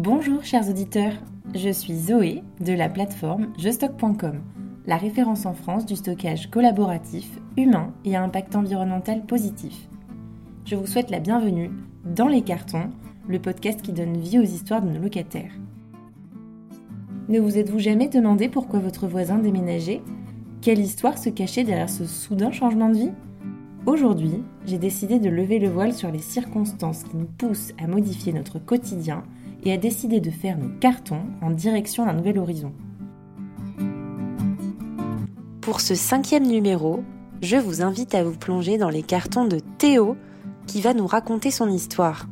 Bonjour chers auditeurs, je suis Zoé de la plateforme jestock.com, la référence en France du stockage collaboratif, humain et à impact environnemental positif. Je vous souhaite la bienvenue dans Les Cartons, le podcast qui donne vie aux histoires de nos locataires. Ne vous êtes-vous jamais demandé pourquoi votre voisin déménageait ? Quelle histoire se cachait derrière ce soudain changement de vie ? Aujourd'hui, j'ai décidé de lever le voile sur les circonstances qui nous poussent à modifier notre quotidien et à décider de faire nos cartons en direction d'un nouvel horizon. Pour ce 5e numéro, je vous invite à vous plonger dans les cartons de Théo qui va nous raconter son histoire.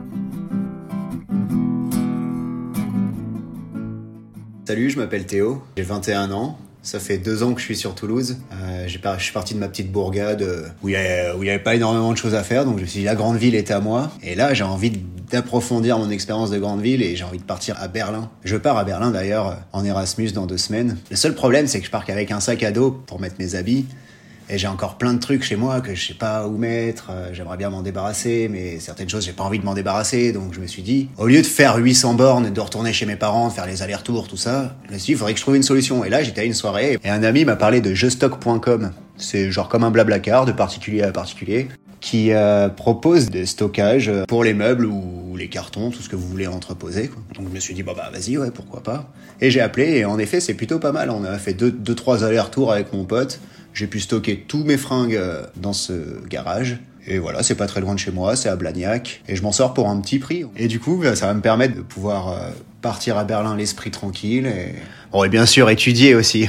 Salut, je m'appelle Théo, j'ai 21 ans. Ça fait 2 ans que je suis sur Toulouse. Je suis parti de ma petite bourgade où il y avait pas énormément de choses à faire. Donc je me suis dit, la grande ville est à moi. Et là, j'ai envie d'approfondir mon expérience de grande ville et j'ai envie de partir à Berlin. Je pars à Berlin d'ailleurs en Erasmus dans 2 semaines. Le seul problème, c'est que je pars qu'avec un sac à dos pour mettre mes habits. Et j'ai encore plein de trucs chez moi que je sais pas où mettre, j'aimerais bien m'en débarrasser, mais certaines choses j'ai pas envie de m'en débarrasser, donc je me suis dit, au lieu de faire 800 bornes, de retourner chez mes parents, de faire les allers-retours, tout ça, je me suis dit, il faudrait que je trouve une solution. Et là, j'étais à une soirée, et un ami m'a parlé de jestock.com. C'est genre comme un blablacar, de particulier à particulier, qui propose des stockages pour les meubles ou les cartons, tout ce que vous voulez entreposer, quoi. Donc je me suis dit, bah vas-y, ouais, pourquoi pas. Et j'ai appelé, et en effet, c'est plutôt pas mal. On a fait 2-3 allers-retours avec mon pote. J'ai pu stocker tous mes fringues dans ce garage. Et voilà, c'est pas très loin de chez moi, c'est à Blagnac. Et je m'en sors pour un petit prix. Et du coup, ça va me permettre de pouvoir partir à Berlin l'esprit tranquille. Et bien sûr, étudier aussi.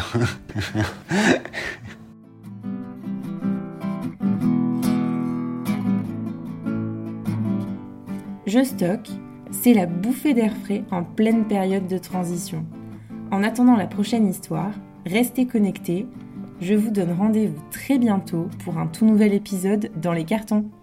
Je stocke, c'est la bouffée d'air frais en pleine période de transition. En attendant la prochaine histoire, restez connectés. Je vous donne rendez-vous très bientôt pour un tout nouvel épisode dans les cartons.